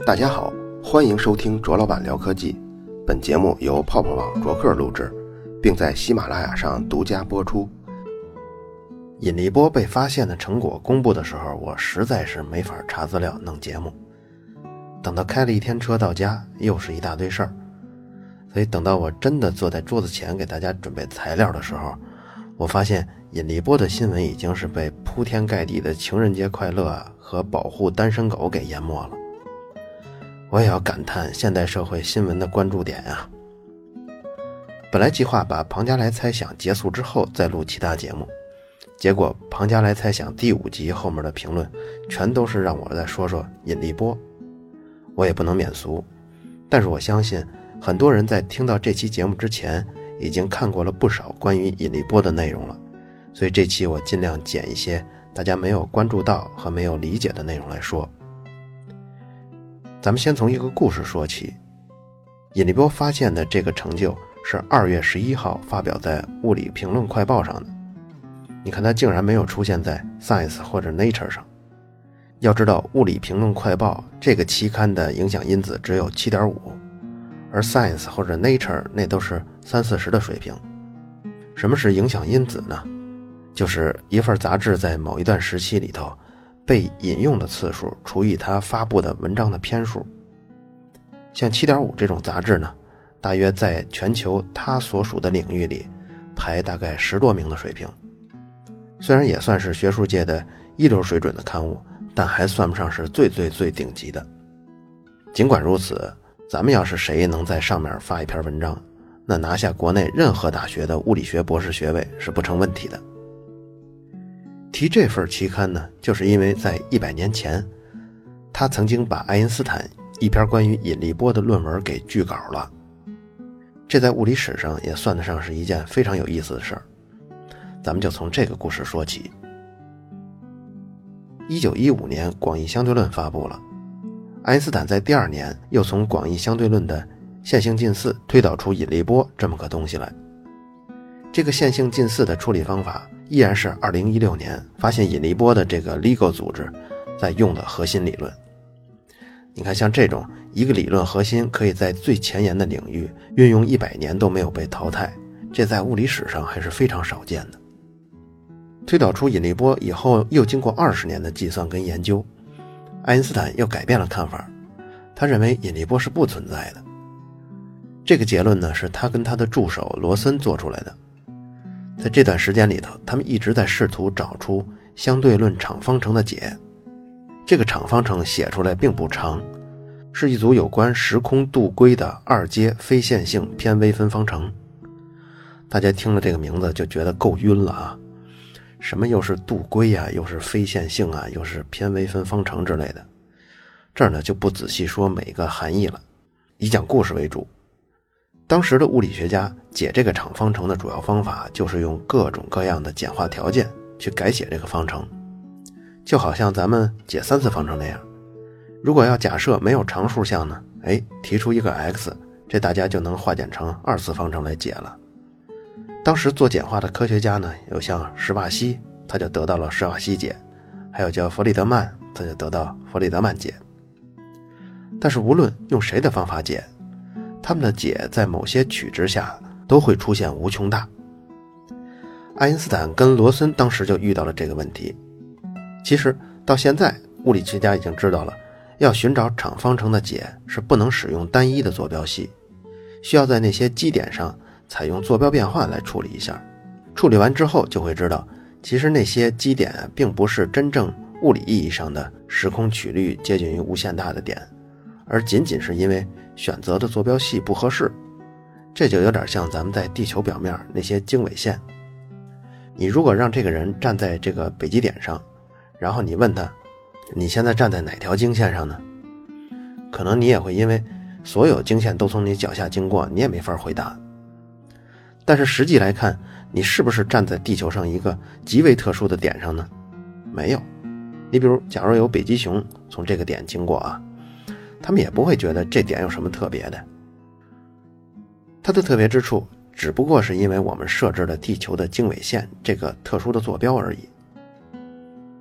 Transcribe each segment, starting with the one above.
大家好，欢迎收听卓老板聊科技。本节目由泡泡网卓克录制，并在喜马拉雅上独家播出。引力波被发现的成果公布的时候，我实在是没法查资料弄节目。等到开了一天车到家，又是一大堆事儿。所以等到我真的坐在桌子前给大家准备材料的时候，我发现引力波的新闻已经是被铺天盖地的情人节快乐和保护单身狗给淹没了。我也要感叹现代社会新闻的关注点啊。本来计划把庞加莱猜想结束之后再录其他节目，结果庞加莱猜想第5集后面的评论全都是让我再说说引力波。我也不能免俗，但是我相信很多人在听到这期节目之前已经看过了不少关于引力波的内容了，所以这期我尽量剪一些大家没有关注到和没有理解的内容来说。咱们先从一个故事说起。引力波发现的这个成就是2月11号发表在物理评论快报上的。你看它竟然没有出现在 Science 或者 Nature 上。要知道物理评论快报这个期刊的影响因子只有 7.5， 而 Science 或者 Nature 那都是30-40的水平。什么是影响因子呢？就是一份杂志在某一段时期里头被引用的次数除以它发布的文章的篇数。像 7.5 这种杂志呢，大约在全球它所属的领域里排大概10多名的水平。虽然也算是学术界的一流水准的刊物，但还算不上是最顶级的。尽管如此，咱们要是谁能在上面发一篇文章，那拿下国内任何大学的物理学博士学位是不成问题的。提这份期刊呢，就是因为在100年前，他曾经把爱因斯坦一篇关于引力波的论文给拒稿了。这在物理史上也算得上是一件非常有意思的事儿。咱们就从这个故事说起。1915年广义相对论发布了，爱因斯坦在第2年又从广义相对论的线性近似推导出引力波这么个东西来。这个线性近似的处理方法依然是2016年发现引力波的这个 LIGO 组织在用的核心理论。你看，像这种一个理论核心可以在最前沿的领域运用100年都没有被淘汰，这在物理史上还是非常少见的。推导出引力波以后，又经过20年的计算跟研究，爱因斯坦又改变了看法，他认为引力波是不存在的。这个结论呢，是他跟他的助手罗森做出来的。在这段时间里头，他们一直在试图找出相对论场方程的解。这个场方程写出来并不长，是一组有关时空度规的2阶非线性偏微分方程。大家听了这个名字就觉得够晕了啊！什么又是度规啊，又是非线性啊，又是偏微分方程之类的。这儿呢就不仔细说每个含义了，以讲故事为主。当时的物理学家解这个场方程的主要方法就是用各种各样的简化条件去改写这个方程，就好像咱们解3次方程那样。如果要假设没有常数项呢，提出一个 x， 这大家就能化简成2次方程来解了。当时做简化的科学家呢，有像史瓦西，他就得到了史瓦西解，还有叫弗里德曼，他就得到弗里德曼解。但是无论用谁的方法解，他们的解在某些取值下都会出现无穷大。爱因斯坦跟罗森当时就遇到了这个问题。其实到现在物理学家已经知道了，要寻找场方程的解是不能使用单一的坐标系，需要在那些基点上采用坐标变换来处理一下。处理完之后就会知道，其实那些基点并不是真正物理意义上的时空曲率接近于无限大的点，而仅仅是因为选择的坐标系不合适。这就有点像咱们在地球表面那些经纬线。你如果让这个人站在这个北极点上，然后你问他，你现在站在哪条经线上呢？可能你也会因为所有经线都从你脚下经过，你也没法回答。但是实际来看，你是不是站在地球上一个极为特殊的点上呢？没有。你比如假如有北极熊从这个点经过啊，他们也不会觉得这点有什么特别的。它的特别之处只不过是因为我们设置了地球的经纬线这个特殊的坐标而已。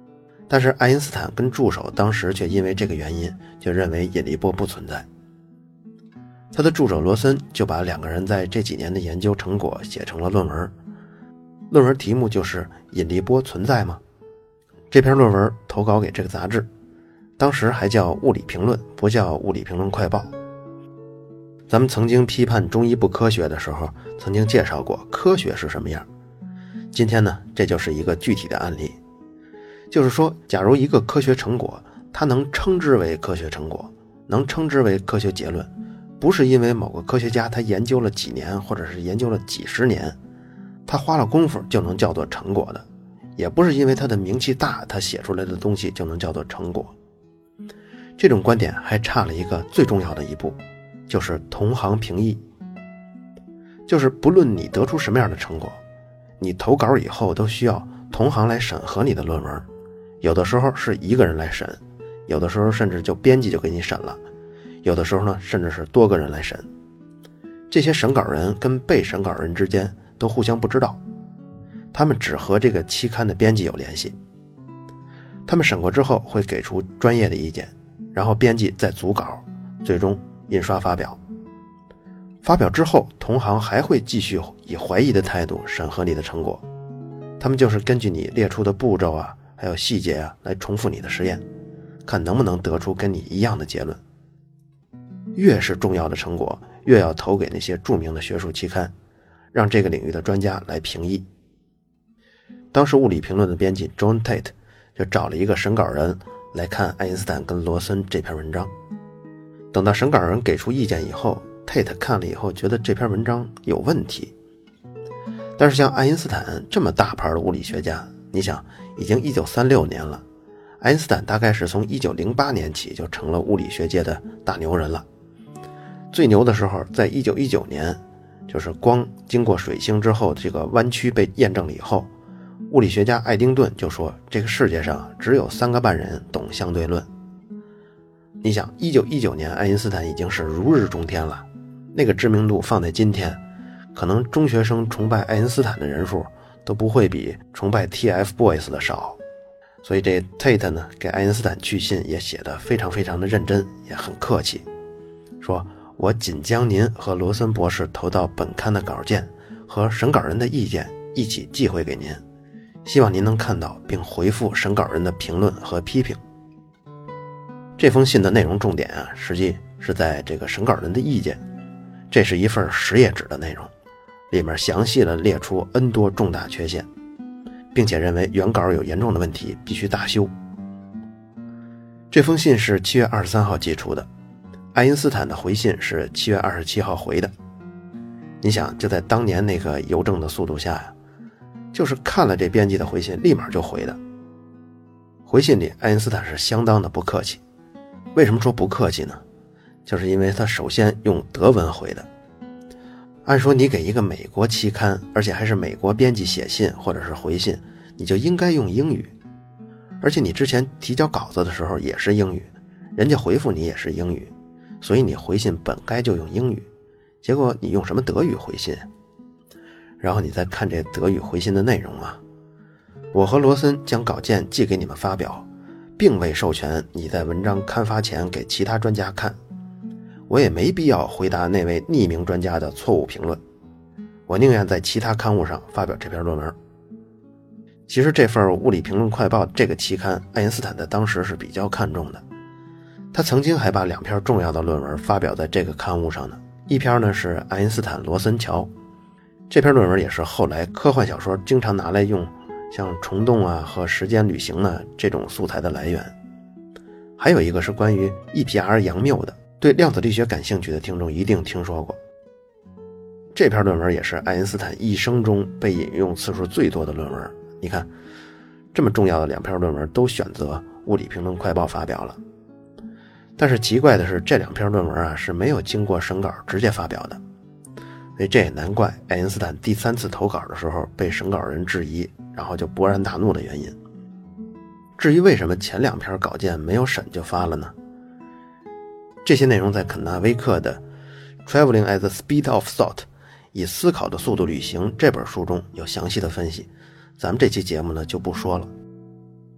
但是爱因斯坦跟助手当时却因为这个原因就认为引力波不存在。他的助手罗森就把2个人在这几年的研究成果写成了论文，论文题目就是引力波存在吗？这篇论文投稿给这个杂志，当时还叫物理评论，不叫物理评论快报。咱们曾经批判中医不科学的时候，曾经介绍过科学是什么样。今天呢，这就是一个具体的案例。就是说，假如一个科学成果，它能称之为科学成果，能称之为科学结论，不是因为某个科学家他研究了几年，或者是研究了几十年，他花了功夫就能叫做成果的，也不是因为他的名气大，他写出来的东西就能叫做成果。这种观点还差了一个最重要的一步，就是同行评议。就是不论你得出什么样的成果，你投稿以后都需要同行来审核你的论文，有的时候是1个人来审，有的时候甚至就编辑就给你审了，有的时候呢甚至是多个人来审。这些审稿人跟被审稿人之间都互相不知道，他们只和这个期刊的编辑有联系。他们审过之后会给出专业的意见，然后编辑再组稿，最终印刷发表。发表之后，同行还会继续以怀疑的态度审核你的成果，他们就是根据你列出的步骤啊，还有细节啊，来重复你的实验，看能不能得出跟你一样的结论。越是重要的成果，越要投给那些著名的学术期刊，让这个领域的专家来评议。当时物理评论的编辑 John Tate 就找了一个审稿人来看爱因斯坦跟罗森这篇文章。等到审稿人给出意见以后， Tate 看了以后觉得这篇文章有问题。但是像爱因斯坦这么大牌的物理学家，你想已经1936年了，爱因斯坦大概是从1908年起就成了物理学界的大牛人了。最牛的时候在1919年，就是光经过水星之后这个弯曲被验证了以后，物理学家爱丁顿就说这个世界上只有3个半人懂相对论。你想1919年爱因斯坦已经是如日中天了，那个知名度放在今天，可能中学生崇拜爱因斯坦的人数都不会比崇拜 TFBOYS 的少。所以这 Tate 呢给爱因斯坦去信也写得非常非常的认真，也很客气，说我仅将您和罗森博士投到本刊的稿件和审稿人的意见一起寄回给您，希望您能看到并回复审稿人的评论和批评。这封信的内容重点啊，实际是在这个审稿人的意见，这是一份10页纸的内容，里面详细地列出 N 多重大缺陷，并且认为原稿有严重的问题，必须大修。这封信是7月23号寄出的，爱因斯坦的回信是7月27号回的。你想就在当年那个邮政的速度下呀，就是看了这编辑的回信立马就回的。回信里爱因斯坦是相当的不客气。为什么说不客气呢？就是因为他首先用德文回的。按说你给一个美国期刊，而且还是美国编辑写信或者是回信，你就应该用英语，而且你之前提交稿子的时候也是英语，人家回复你也是英语，所以你回信本该就用英语，结果你用什么德语回信？然后你再看这德语回信的内容啊，我和罗森将稿件寄给你们发表，并未授权你在文章刊发前给其他专家看，我也没必要回答那位匿名专家的错误评论，我宁愿在其他刊物上发表这篇论文。其实这份《物理评论快报》这个期刊，爱因斯坦在当时是比较看重的，他曾经还把2篇重要的论文发表在这个刊物上呢。一篇呢是爱因斯坦罗森桥，这篇论文也是后来科幻小说经常拿来用像虫洞啊和时间旅行啊这种素材的来源。还有一个是关于 EPR 杨谬的，对量子力学感兴趣的听众一定听说过。这篇论文也是爱因斯坦一生中被引用次数最多的论文。你看这么重要的2篇论文都选择物理评论快报发表了，但是奇怪的是这2篇论文啊是没有经过审稿直接发表的，所以这也难怪爱因斯坦第3次投稿的时候被审稿人质疑，然后就勃然大怒的原因。至于为什么前2篇稿件没有审就发了呢？这些内容在肯纳威克的 Traveling at the Speed of Thought 以思考的速度旅行这本书中有详细的分析，咱们这期节目呢就不说了。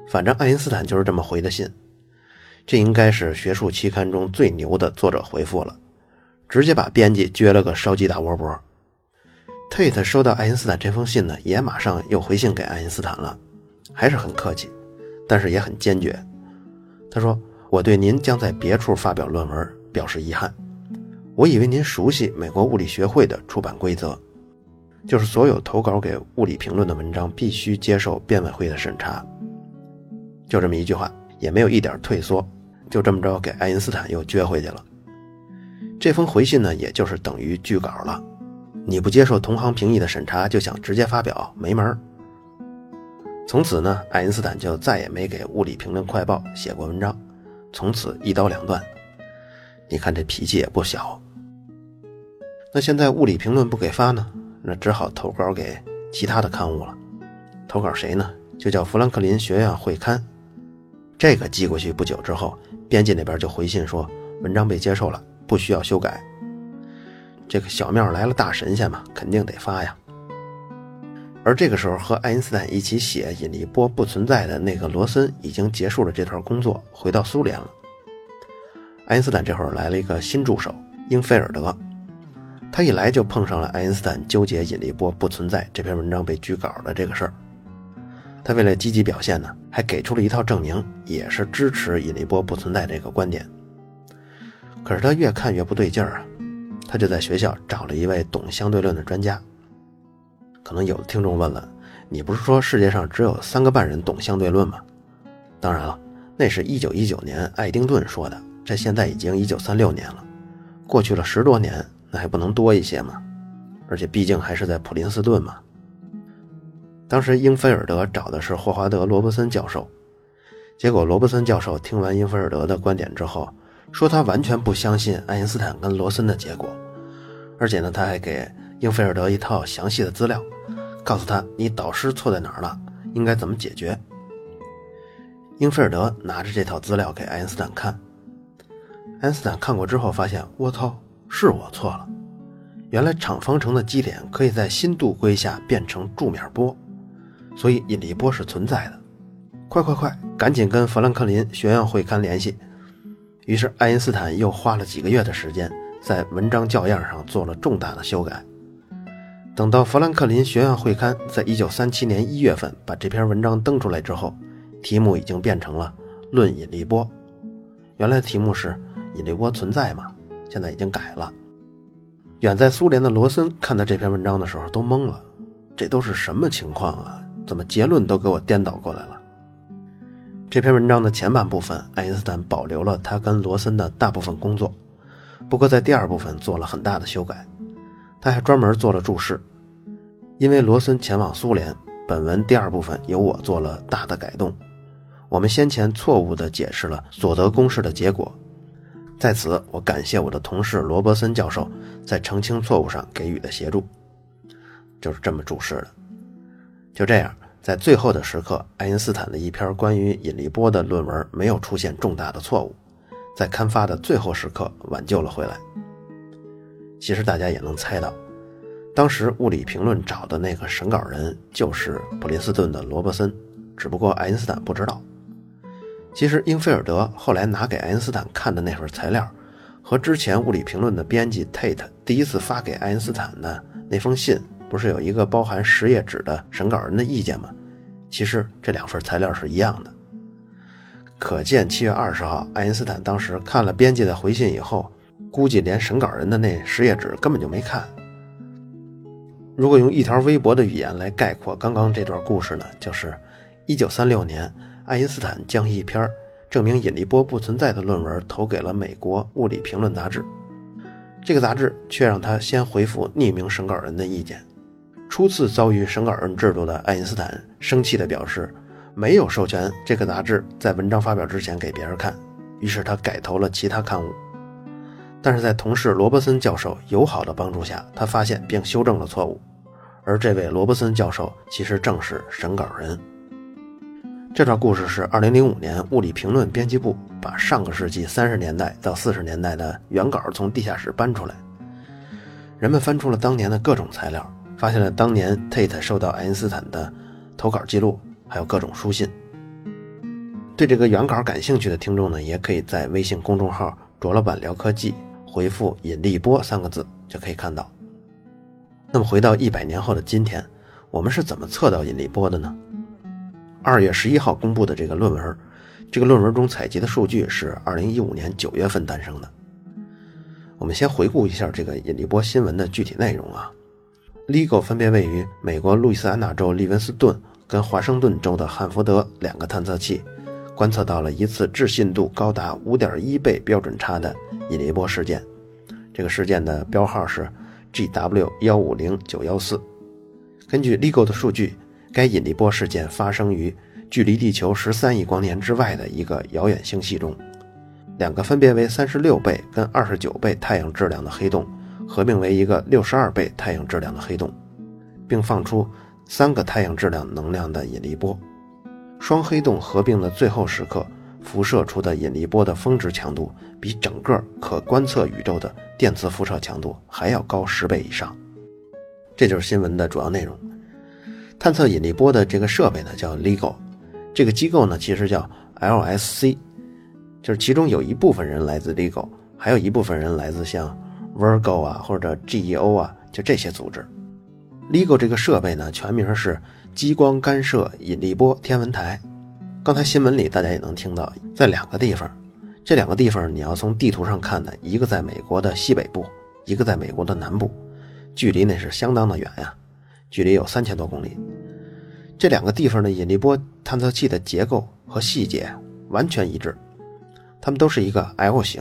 反正爱因斯坦就是这么回的信。这应该是学术期刊中最牛的作者回复了，直接把编辑撅了个烧鸡大窝脖。Tate 收到爱因斯坦这封信呢，也马上又回信给爱因斯坦了，还是很客气，但是也很坚决。他说，我对您将在别处发表论文表示遗憾。我以为您熟悉美国物理学会的出版规则，就是所有投稿给物理评论的文章必须接受编委会的审查。就这么一句话，也没有一点退缩，就这么着给爱因斯坦又撅回去了。这封回信呢，也就是等于拒稿了。你不接受同行评议的审查就想直接发表，没门儿。从此呢，爱因斯坦就再也没给物理评论快报写过文章，从此一刀两断。你看这脾气也不小。那现在物理评论不给发呢，那只好投稿给其他的刊物了。投稿谁呢？就叫富兰克林学院会刊。这个寄过去不久之后，编辑那边就回信说文章被接受了，不需要修改。这个小庙来了大神仙嘛，肯定得发呀。而这个时候和爱因斯坦一起写引力波不存在的那个罗森已经结束了这段工作，回到苏联了。爱因斯坦这会儿来了一个新助手英菲尔德，他一来就碰上了爱因斯坦纠结引力波不存在这篇文章被拒稿的这个事儿。他为了积极表现呢，还给出了一套证明，也是支持引力波不存在这个观点。可是他越看越不对劲儿啊，他就在学校找了一位懂相对论的专家。可能有的听众问了，你不是说世界上只有3个半人懂相对论吗？当然了，那是1919年爱丁顿说的，这现在已经1936年了，过去了10多年，那还不能多一些吗？而且毕竟还是在普林斯顿嘛。当时英菲尔德找的是霍华德·罗伯森教授，结果罗伯森教授听完英菲尔德的观点之后，说他完全不相信爱因斯坦跟罗森的结果，而且呢，他还给英菲尔德一套详细的资料，告诉他你导师错在哪儿了，应该怎么解决。英菲尔德拿着这套资料给爱因斯坦看，爱因斯坦看过之后发现，我操，是我错了，原来场方程的基点可以在新度规下变成柱面波，所以引力波是存在的。快，赶紧跟富兰克林学院会刊联系。于是爱因斯坦又花了几个月的时间，在文章校样上做了重大的修改。等到富兰克林学院会刊在1937年1月份把这篇文章登出来之后，题目已经变成了论引力波。原来的题目是引力波存在吗？现在已经改了。远在苏联的罗森看到这篇文章的时候都懵了，这都是什么情况啊？怎么结论都给我颠倒过来了？这篇文章的前半部分，爱因斯坦保留了他跟罗森的大部分工作，不过在第二部分做了很大的修改。他还专门做了注释，因为罗森前往苏联，本文第二部分由我做了大的改动。我们先前错误地解释了索德公式的结果，在此我感谢我的同事罗伯森教授在澄清错误上给予的协助。就是这么注释的。就这样，在最后的时刻，爱因斯坦的一篇关于引力波的论文没有出现重大的错误，在刊发的最后时刻挽救了回来。其实大家也能猜到，当时物理评论找的那个审稿人就是普林斯顿的罗伯森，只不过爱因斯坦不知道。其实英菲尔德后来拿给爱因斯坦看的那份材料，和之前物理评论的编辑 Tate 第一次发给爱因斯坦的那封信，不是有一个包含10页纸的审稿人的意见吗？其实这2份材料是一样的。可见7月20号爱因斯坦当时看了编辑的回信以后，估计连审稿人的那10页纸根本就没看。如果用一条微博的语言来概括刚刚这段故事呢，就是1936年爱因斯坦将一篇证明引力波不存在的论文投给了美国物理评论杂志，这个杂志却让他先回复匿名审稿人的意见。初次遭遇审稿人制度的爱因斯坦生气地表示，没有授权这个杂志在文章发表之前给别人看，于是他改投了其他刊物。但是在同事罗伯森教授友好的帮助下，他发现并修正了错误，而这位罗伯森教授其实正是审稿人。这段故事是2005年物理评论编辑部把上个世纪30年代到40年代的原稿从地下室搬出来，人们翻出了当年的各种材料，发现了当年 Tate 收到爱因斯坦的投稿记录，还有各种书信。 对这个原稿感兴趣的听众呢，也可以在微信公众号卓老板聊科技回复引力波3个字就可以看到。那么回到100年后的今天，我们是怎么测到引力波的呢？2月11号公布的这个论文，这个论文中采集的数据是2015年9月份诞生的。我们先回顾一下这个引力波新闻的具体内容啊。LIGO 分别位于美国路易斯安那州利文斯顿跟华盛顿州的汉福德2个探测器，观测到了一次置信度高达 5.1 倍标准差的引力波事件。这个事件的标号是 GW150914。根据 LIGO 的数据，该引力波事件发生于距离地球13亿光年之外的一个遥远星系中，2个分别为36倍跟29倍太阳质量的黑洞合并为一个62倍太阳质量的黑洞，并放出3个太阳质量能量的引力波。双黑洞合并的最后时刻辐射出的引力波的峰值强度比整个可观测宇宙的电磁辐射强度还要高10倍以上。这就是新闻的主要内容。探测引力波的这个设备呢叫 LIGO， 这个机构呢其实叫 LSC， 就是其中有一部分人来自 LIGO， 还有一部分人来自像 Virgo 啊或者 GEO 啊，就这些组织。 LIGO 这个设备呢全名是激光干涉引力波天文台。刚才新闻里大家也能听到，在2个地方，这2个地方你要从地图上看的，一个在美国的西北部，一个在美国的南部，距离那是相当的远呀，距离有3000多公里。这2个地方的引力波探测器的结构和细节完全一致，它们都是一个 L 型。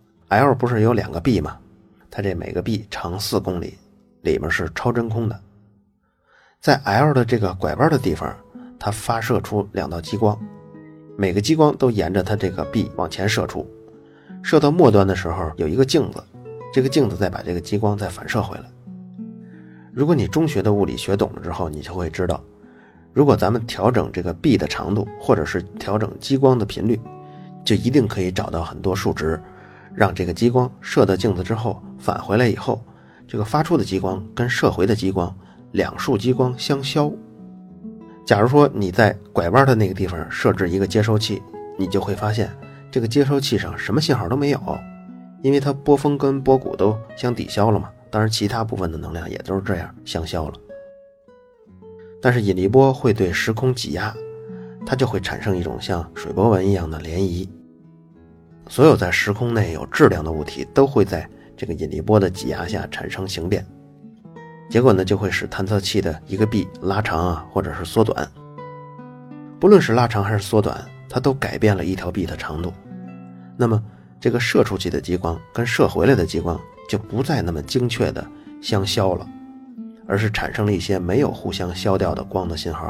L 不是有2个臂吗？它这每个臂长4公里，里面是超真空的。在 L 的这个拐弯的地方，它发射出2道激光，每个激光都沿着它这个臂往前射出，射到末端的时候有一个镜子，这个镜子再把这个激光再反射回来。如果你中学的物理学懂了之后，你就会知道，如果咱们调整这个臂的长度，或者是调整激光的频率，就一定可以找到很多数值，让这个激光射到镜子之后返回来以后，这个发出的激光跟射回的激光两束激光相消。假如说你在拐弯的那个地方设置一个接收器，你就会发现这个接收器上什么信号都没有，因为它波峰跟波谷都相抵消了嘛，当然其他部分的能量也都是这样相消了。但是引力波会对时空挤压，它就会产生一种像水波纹一样的涟漪。所有在时空内有质量的物体都会在这个引力波的挤压下产生形变，结果呢就会使探测器的一个臂拉长啊，或者是缩短。不论是拉长还是缩短，它都改变了一条臂的长度。那么这个射出去的激光跟射回来的激光就不再那么精确的相消了，而是产生了一些没有互相消掉的光的信号。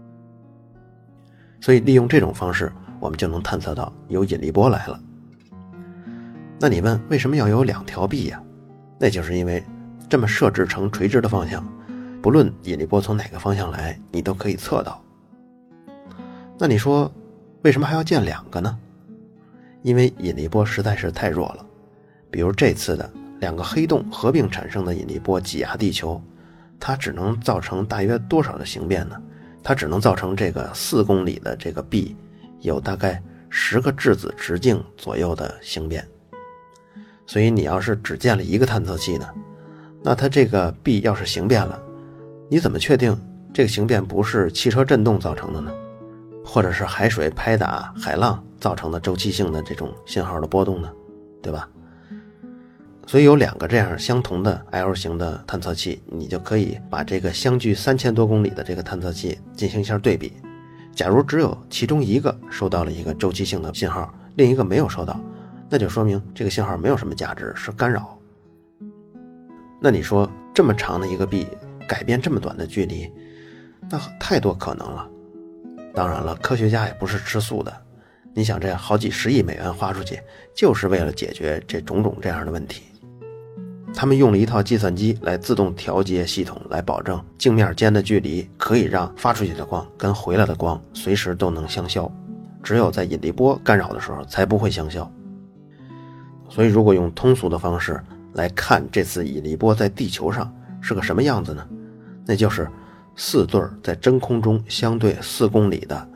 所以利用这种方式，我们就能探测到有引力波来了。那你问为什么要有2条臂呀？那就是因为这么设置成垂直的方向，不论引力波从哪个方向来，你都可以测到。那你说为什么还要建2个呢？因为引力波实在是太弱了。比如这次的2个黑洞合并产生的引力波挤压地球，它只能造成大约多少的形变呢？它只能造成这个4公里的这个臂有大概10个质子直径左右的形变。所以你要是只建了1个探测器呢，那它这个臂要是形变了，你怎么确定这个形变不是汽车震动造成的呢？或者是海水拍打海浪造成的周期性的这种信号的波动呢？对吧？所以有2个这样相同的 L 型的探测器，你就可以把这个相距3000多公里的这个探测器进行一下对比。假如只有其中一个收到了一个周期性的信号，另一个没有收到，那就说明这个信号没有什么价值，是干扰。那你说这么长的一个臂改变这么短的距离，那太多可能了。当然了，科学家也不是吃素的，你想这好几十亿美元花出去，就是为了解决这种种这样的问题。他们用了一套计算机来自动调节系统，来保证镜面间的距离可以让发出去的光跟回来的光随时都能相消，只有在引力波干扰的时候才不会相消。所以如果用通俗的方式来看这次引力波在地球上是个什么样子呢？那就是4对在真空中相对4公里的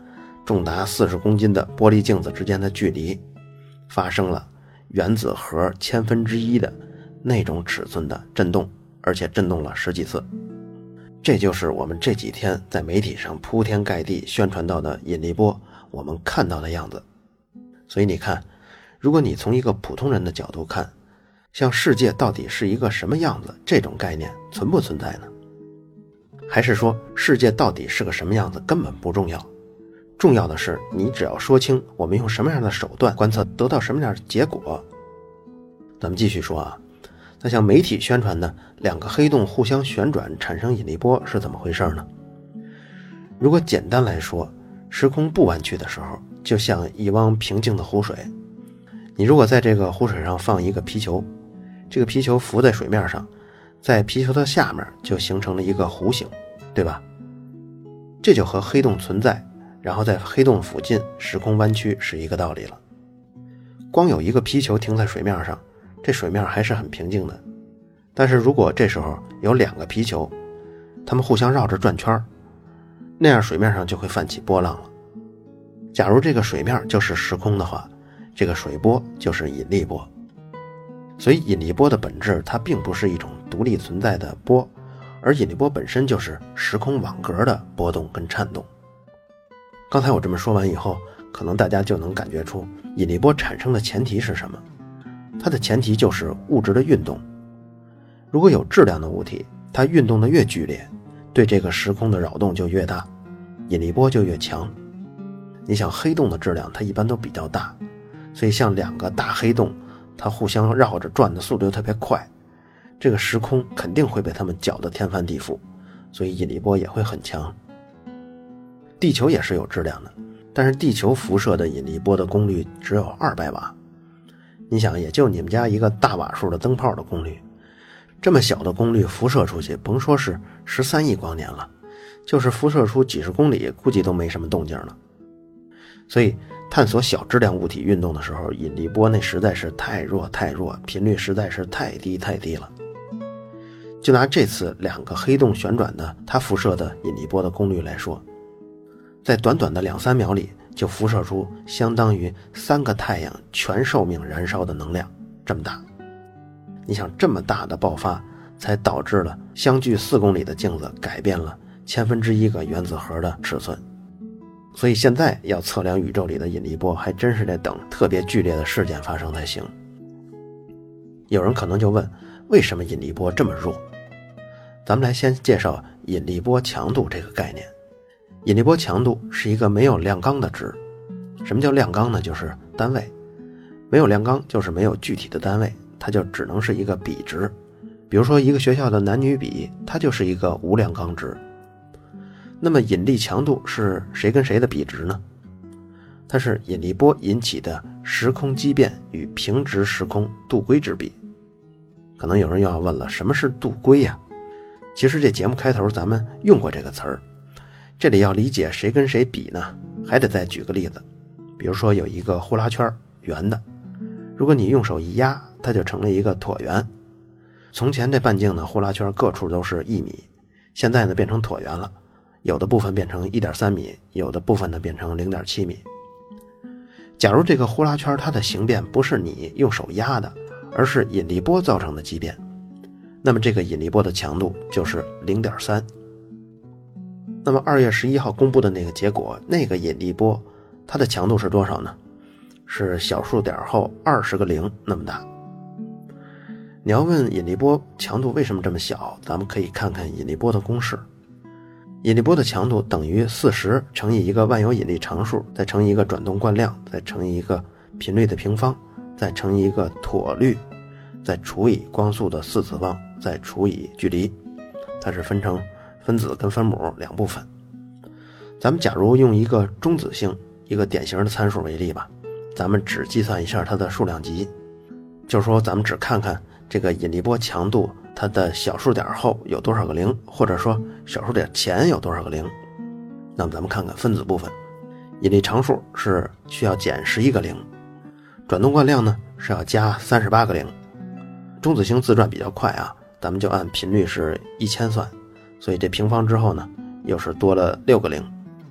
重达40公斤的玻璃镜子之间的距离发生了原子核1/1000的那种尺寸的震动，而且震动了10几次。这就是我们这几天在媒体上铺天盖地宣传到的引力波我们看到的样子。所以你看，如果你从一个普通人的角度看，像世界到底是一个什么样子，这种概念存不存在呢？还是说世界到底是个什么样子根本不重要，重要的是你只要说清我们用什么样的手段观测得到什么样的结果。咱们继续说啊，那像媒体宣传的2个黑洞互相旋转产生引力波是怎么回事呢？如果简单来说，时空不弯曲的时候就像一汪平静的湖水，你如果在这个湖水上放一个皮球，这个皮球浮在水面上，在皮球的下面就形成了一个弧形，对吧？这就和黑洞存在，然后在黑洞附近时空弯曲是一个道理了。光有一个皮球停在水面上，这水面还是很平静的。但是如果这时候有2个皮球，它们互相绕着转圈，那样水面上就会泛起波浪了。假如这个水面就是时空的话，这个水波就是引力波。所以引力波的本质它并不是一种独立存在的波，而引力波本身就是时空网格的波动跟颤动。刚才我这么说完以后，可能大家就能感觉出引力波产生的前提是什么。它的前提就是物质的运动。如果有质量的物体，它运动的越剧烈，对这个时空的扰动就越大，引力波就越强。你想黑洞的质量它一般都比较大，所以像2个大黑洞它互相绕着转的速度特别快，这个时空肯定会被它们搅得天翻地覆，所以引力波也会很强。地球也是有质量的，但是地球辐射的引力波的功率只有200瓦，你想也就你们家一个大瓦数的灯泡的功率，这么小的功率辐射出去，甭说是13亿光年了，就是辐射出几十公里估计都没什么动静了。所以探索小质量物体运动的时候，引力波那实在是太弱，频率实在是太低了。就拿这次2个黑洞旋转的它辐射的引力波的功率来说，在短短的2-3秒里就辐射出相当于3个太阳全寿命燃烧的能量，这么大。你想这么大的爆发才导致了相距4公里的镜子改变了1/1000个原子核的尺寸。所以现在要测量宇宙里的引力波还真是得等特别剧烈的事件发生才行。有人可能就问，为什么引力波这么弱？咱们来先介绍引力波强度这个概念。引力波强度是一个没有量纲的值。什么叫量纲呢？就是单位。没有量纲就是没有具体的单位，它就只能是一个比值。比如说一个学校的男女比，它就是一个无量纲值。那么引力强度是谁跟谁的比值呢？它是引力波引起的时空畸变与平直时空度规之比。可能有人又要问了，什么是度规呀？其实这节目开头咱们用过这个词儿，这里要理解谁跟谁比呢，还得再举个例子。比如说有一个呼啦圈，圆的，如果你用手一压，它就成了一个椭圆。从前这半径呢，呼啦圈各处都是1米，现在呢变成椭圆了，有的部分变成 1.3 米，有的部分呢变成 0.7 米。假如这个呼啦圈它的形变不是你用手压的，而是引力波造成的畸变，那么这个引力波的强度就是 0.3。 那么2月11号公布的那个结果，那个引力波它的强度是多少呢？是小数点后20个0那么大。你要问引力波强度为什么这么小，咱们可以看看引力波的公式。引力波的强度等于40乘以一个万有引力常数，再乘以一个转动惯量，再乘以一个频率的平方，再乘以一个椭率，再除以光速的4次方，再除以距离。它是分成分子跟分母2部分。咱们假如用一个中子星，一个典型的参数为例吧，咱们只计算一下它的数量级，就是说咱们只看看这个引力波强度它的小数点后有多少个0，或者说小数点前有多少个0。那么咱们看看分子部分，引力常数是需要减11个0，转动惯量呢是要加38个0。中子星自转比较快啊，咱们就按频率是1000算，所以这平方之后呢又是多了6个0。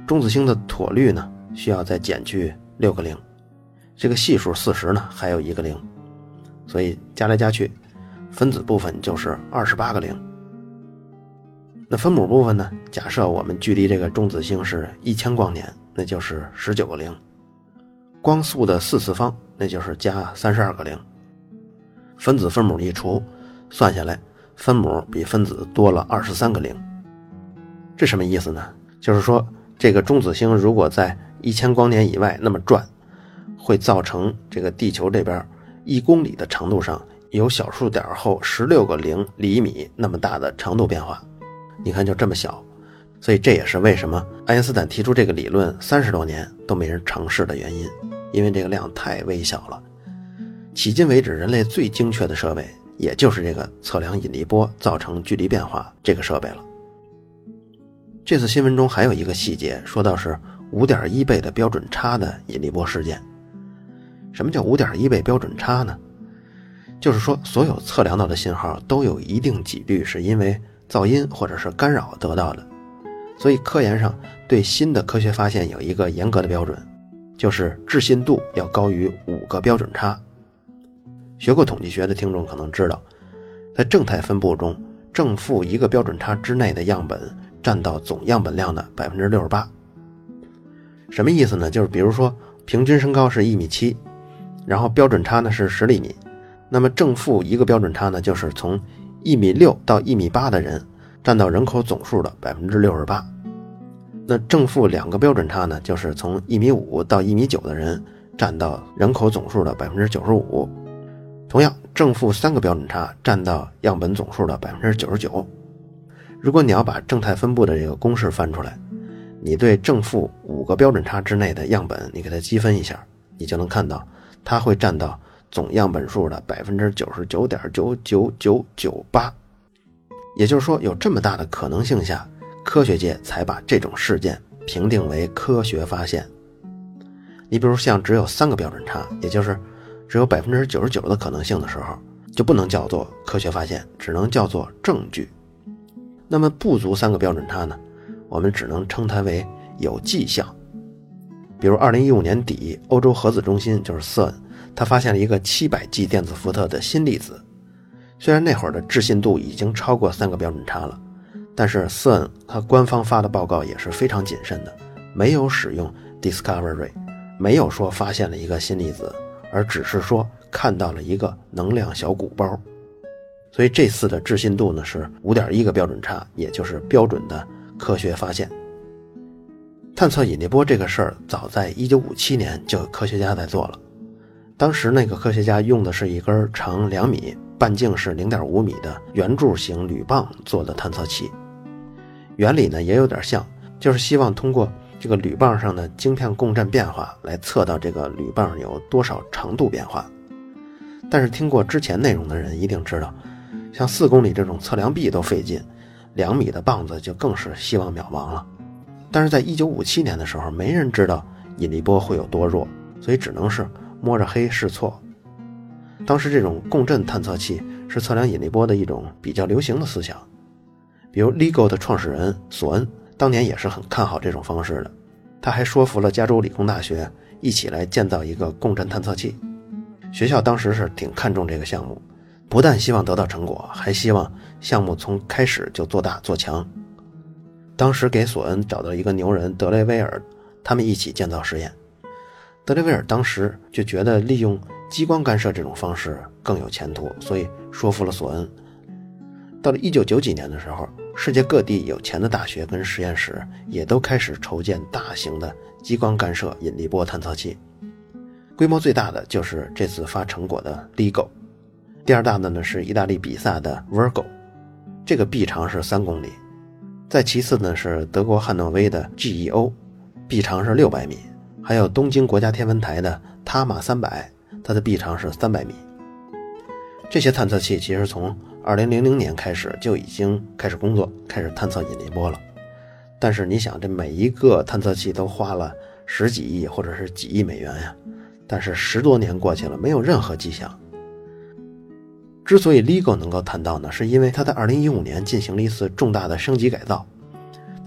中子星的妥率呢需要再减去6个零，这个系数40呢还有1个零，所以加来加去分子部分就是28个零。那分母部分呢，假设我们距离这个中子星是1000光年，那就是19个零。光速的4次方，那就是加32个零。分子分母一除，算下来分母比分子多了23个零。这什么意思呢？就是说这个中子星如果在1000光年以外那么转，会造成这个地球这边1公里的长度上有小数点后16个零厘米那么大的长度变化。你看就这么小，所以这也是为什么爱因斯坦提出这个理论30多年都没人尝试的原因，因为这个量太微小了。迄今为止人类最精确的设备也就是这个测量引力波造成距离变化这个设备了。这次新闻中还有一个细节，说到是 5.1 倍的标准差的引力波事件。什么叫 5.1 倍标准差呢？就是说所有测量到的信号都有一定几率是因为噪音或者是干扰得到的，所以科研上对新的科学发现有一个严格的标准，就是置信度要高于5个标准差。学过统计学的听众可能知道，在正态分布中，正负1个标准差之内的样本占到总样本量的 68%。 什么意思呢？就是比如说平均身高是1.7米，然后标准差呢是10厘米，那么正负1个标准差呢就是从1.6米到1.8米的人占到人口总数的 68%。 那正负2个标准差呢就是从1.5米到1.9米的人占到人口总数的 95%。 同样正负3个标准差占到样本总数的 99%。 如果你要把正态分布的这个公式翻出来，你对正负5个标准差之内的样本你给它积分一下，你就能看到它会占到总样本数的 99.99998%。 也就是说有这么大的可能性下，科学界才把这种事件评定为科学发现。你比如像只有3个标准差，也就是只有 99% 的可能性的时候，就不能叫做科学发现，只能叫做证据。那么不足3个标准差呢，我们只能称它为有迹象。比如2015年底欧洲核子中心就是 CERN， 它发现了一个700G 电子伏特的新粒子。虽然那会儿的置信度已经超过3个标准差了，但是 CERN 它官方发的报告也是非常谨慎的，没有使用 discovery， 没有说发现了一个新粒子，而只是说看到了一个能量小鼓包。所以这次的置信度呢是 5.1 个标准差，也就是标准的科学发现。探测引力波这个事儿早在1957年就有科学家在做了，当时那个科学家用的是一根长2米半径是 0.5 米的圆柱形铝棒做的探测器。原理呢也有点像，就是希望通过这个铝棒上的晶片共振变化来测到这个铝棒有多少长度变化。但是听过之前内容的人一定知道，像4公里这种测量臂都费劲，2米的棒子就更是希望渺茫了。但是在1957年的时候，没人知道引力波会有多弱，所以只能是摸着黑试错。当时这种共振探测器是测量引力波的一种比较流行的思想，比如 LIGO 的创始人索恩当年也是很看好这种方式的，他还说服了加州理工大学一起来建造一个共振探测器。学校当时是挺看重这个项目，不但希望得到成果，还希望项目从开始就做大做强。当时给索恩找到一个牛人德雷威尔，他们一起建造实验。德雷威尔当时就觉得利用激光干涉这种方式更有前途，所以说服了索恩。到了1990几年的时候，世界各地有钱的大学跟实验室也都开始筹建大型的激光干涉引力波探测器。规模最大的就是这次发成果的 LIGO， 第二大的呢是意大利比萨的 Virgo， 这个臂长是3公里。再其次呢是德国汉诺威的 GEO， 臂长是600米，还有东京国家天文台的塔马300，它的臂长是300米。这些探测器其实从2000年开始就已经开始工作，开始探测引力波了。但是你想，这每一个探测器都花了10几亿或者是几亿美元呀，但是10多年过去了，没有任何迹象。之所以 LIGO 能够探到呢，是因为它在2015年进行了一次重大的升级改造。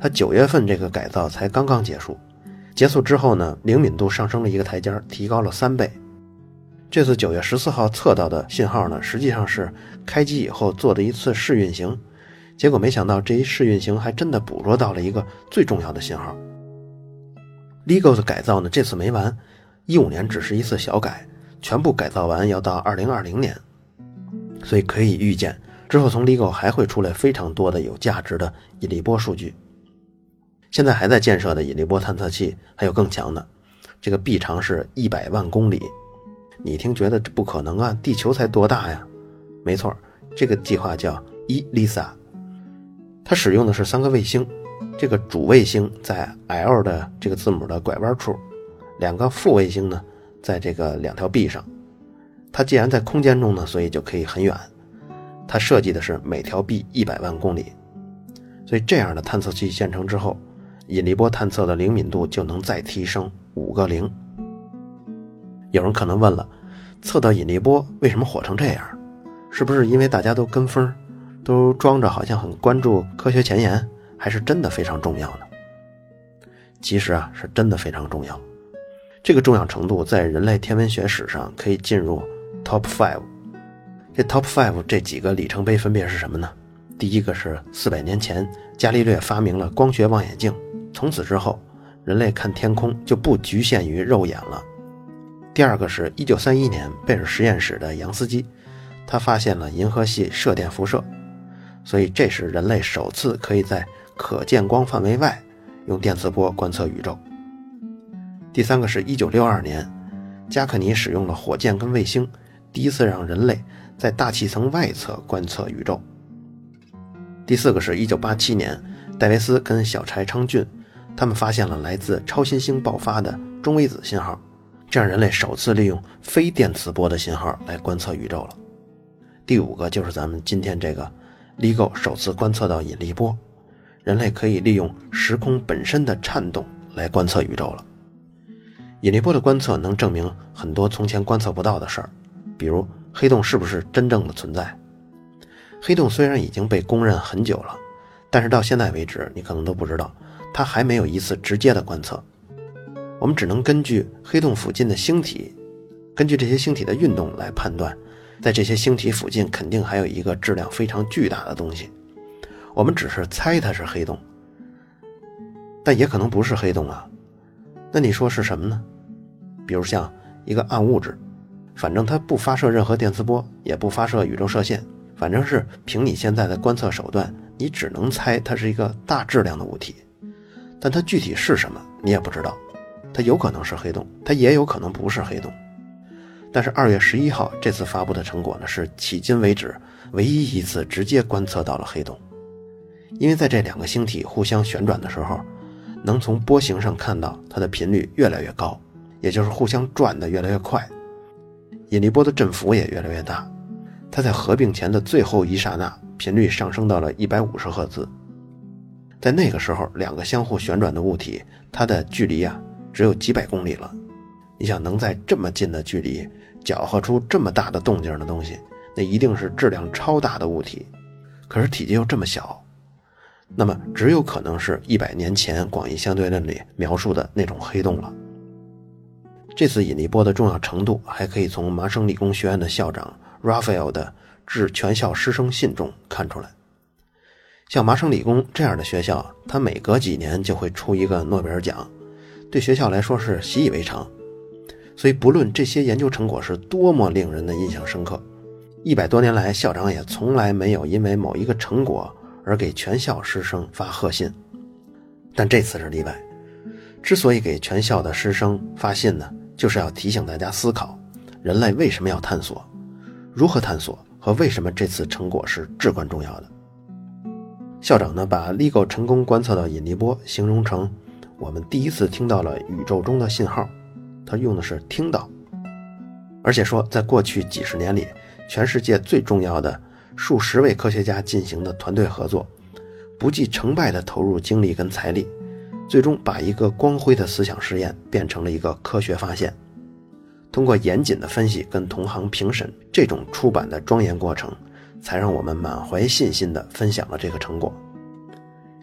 它9月份这个改造才刚刚结束，结束之后呢，灵敏度上升了一个台阶，提高了3倍。这次9月14号测到的信号呢，实际上是开机以后做的一次试运行，结果没想到这一试运行还真的捕捉到了一个最重要的信号。LIGO 的改造呢，这次没完，15年只是一次小改，全部改造完要到2020年，所以可以预见之后从 LIGO 还会出来非常多的有价值的引力波数据。现在还在建设的引力波探测器还有更强的，这个臂长是100万公里。你一听觉得这不可能啊，地球才多大呀？没错，这个计划叫 ELISA， 它使用的是3个卫星，这个主卫星在 L 的这个字母的拐弯处，2个副卫星呢在这个2条臂上。它既然在空间中呢，所以就可以很远。它设计的是每条臂100万公里，所以这样的探测器建成之后，引力波探测的灵敏度就能再提升5个0。有人可能问了，测到引力波为什么火成这样？是不是因为大家都跟风，都装着好像很关注科学前沿，还是真的非常重要呢？其实啊，是真的非常重要。这个重要程度在人类天文学史上可以进入 Top 5。这 Top 5这几个里程碑分别是什么呢？第一个是400年前伽利略发明了光学望远镜，从此之后人类看天空就不局限于肉眼了。第二个是1931年贝尔实验室的杨斯基，他发现了银河系射电辐射，所以这是人类首次可以在可见光范围外用电磁波观测宇宙。第三个是1962年加克尼使用了火箭跟卫星，第一次让人类在大气层外侧观测宇宙。第四个是1987年戴维斯跟小柴昌俊他们发现了来自超新星爆发的中微子信号，这样人类首次利用非电磁波的信号来观测宇宙了。第五个就是咱们今天这个 LIGO 首次观测到引力波，人类可以利用时空本身的颤动来观测宇宙了。引力波的观测能证明很多从前观测不到的事儿，比如黑洞是不是真正的存在。黑洞虽然已经被公认很久了，但是到现在为止你可能都不知道，它还没有一次直接的观测。我们只能根据黑洞附近的星体，根据这些星体的运动来判断，在这些星体附近肯定还有一个质量非常巨大的东西。我们只是猜它是黑洞，但也可能不是黑洞啊。那你说是什么呢？比如像一个暗物质，反正它不发射任何电磁波，也不发射宇宙射线，反正是凭你现在的观测手段，你只能猜它是一个大质量的物体，但它具体是什么你也不知道。它有可能是黑洞，它也有可能不是黑洞。但是2月11号这次发布的成果呢，是迄今为止唯一一次直接观测到了黑洞。因为在这2个星体互相旋转的时候，能从波形上看到它的频率越来越高，也就是互相转得越来越快，引力波的振幅也越来越大。它在合并前的最后一刹那，频率上升到了150赫兹。在那个时候，2个相互旋转的物体，它的距离只有几百公里了。你想能在这么近的距离搅和出这么大的动静的东西，那一定是质量超大的物体，可是体积又这么小，那么只有可能是100年前广义相对论里描述的那种黑洞了。这次引力波的重要程度还可以从麻省理工学院的校长 Raphael 的致全校师生信中看出来。像麻省理工这样的学校，它每隔几年就会出一个诺贝尔奖，对学校来说是习以为常。所以不论这些研究成果是多么令人的印象深刻，100多年来校长也从来没有因为某一个成果而给全校师生发贺信。但这次是例外，之所以给全校的师生发信呢，就是要提醒大家思考人类为什么要探索，如何探索，和为什么这次成果是至关重要的。校长呢，把 LIGO 成功观测到引力波形容成我们第一次听到了宇宙中的信号，他用的是听到，而且说在过去几十年里，全世界最重要的数十位科学家进行的团队合作，不计成败地投入精力跟财力，最终把一个光辉的思想实验变成了一个科学发现。通过严谨的分析跟同行评审，这种出版的庄严过程，才让我们满怀信心地分享了这个成果。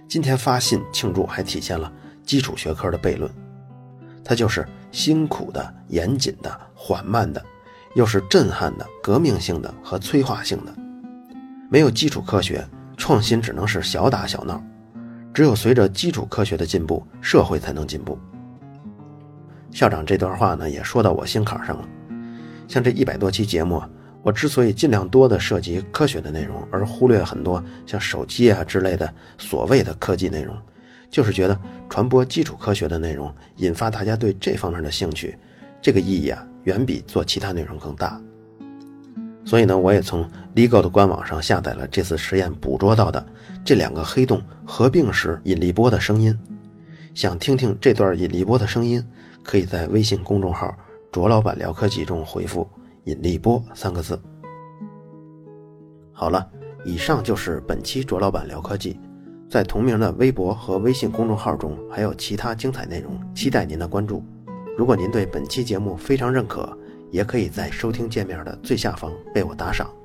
今天发信庆祝还体现了基础学科的悖论，它就是辛苦的、严谨的、缓慢的，又是震撼的、革命性的和催化性的。没有基础科学，创新只能是小打小闹，只有随着基础科学的进步，社会才能进步。校长这段话呢，也说到我心坎上了。像这100多期节目，我之所以尽量多的涉及科学的内容，而忽略很多像手机啊之类的所谓的科技内容，就是觉得传播基础科学的内容，引发大家对这方面的兴趣，这个意义啊，远比做其他内容更大。所以呢，我也从 LIGO 的官网上下载了这次实验捕捉到的这2个黑洞合并时引力波的声音。想听听这段引力波的声音，可以在微信公众号卓老板聊科技中回复引力波3个字。好了，以上就是本期卓老板聊科技。在同名的微博和微信公众号中还有其他精彩内容，期待您的关注。如果您对本期节目非常认可，也可以在收听界面的最下方为我打赏。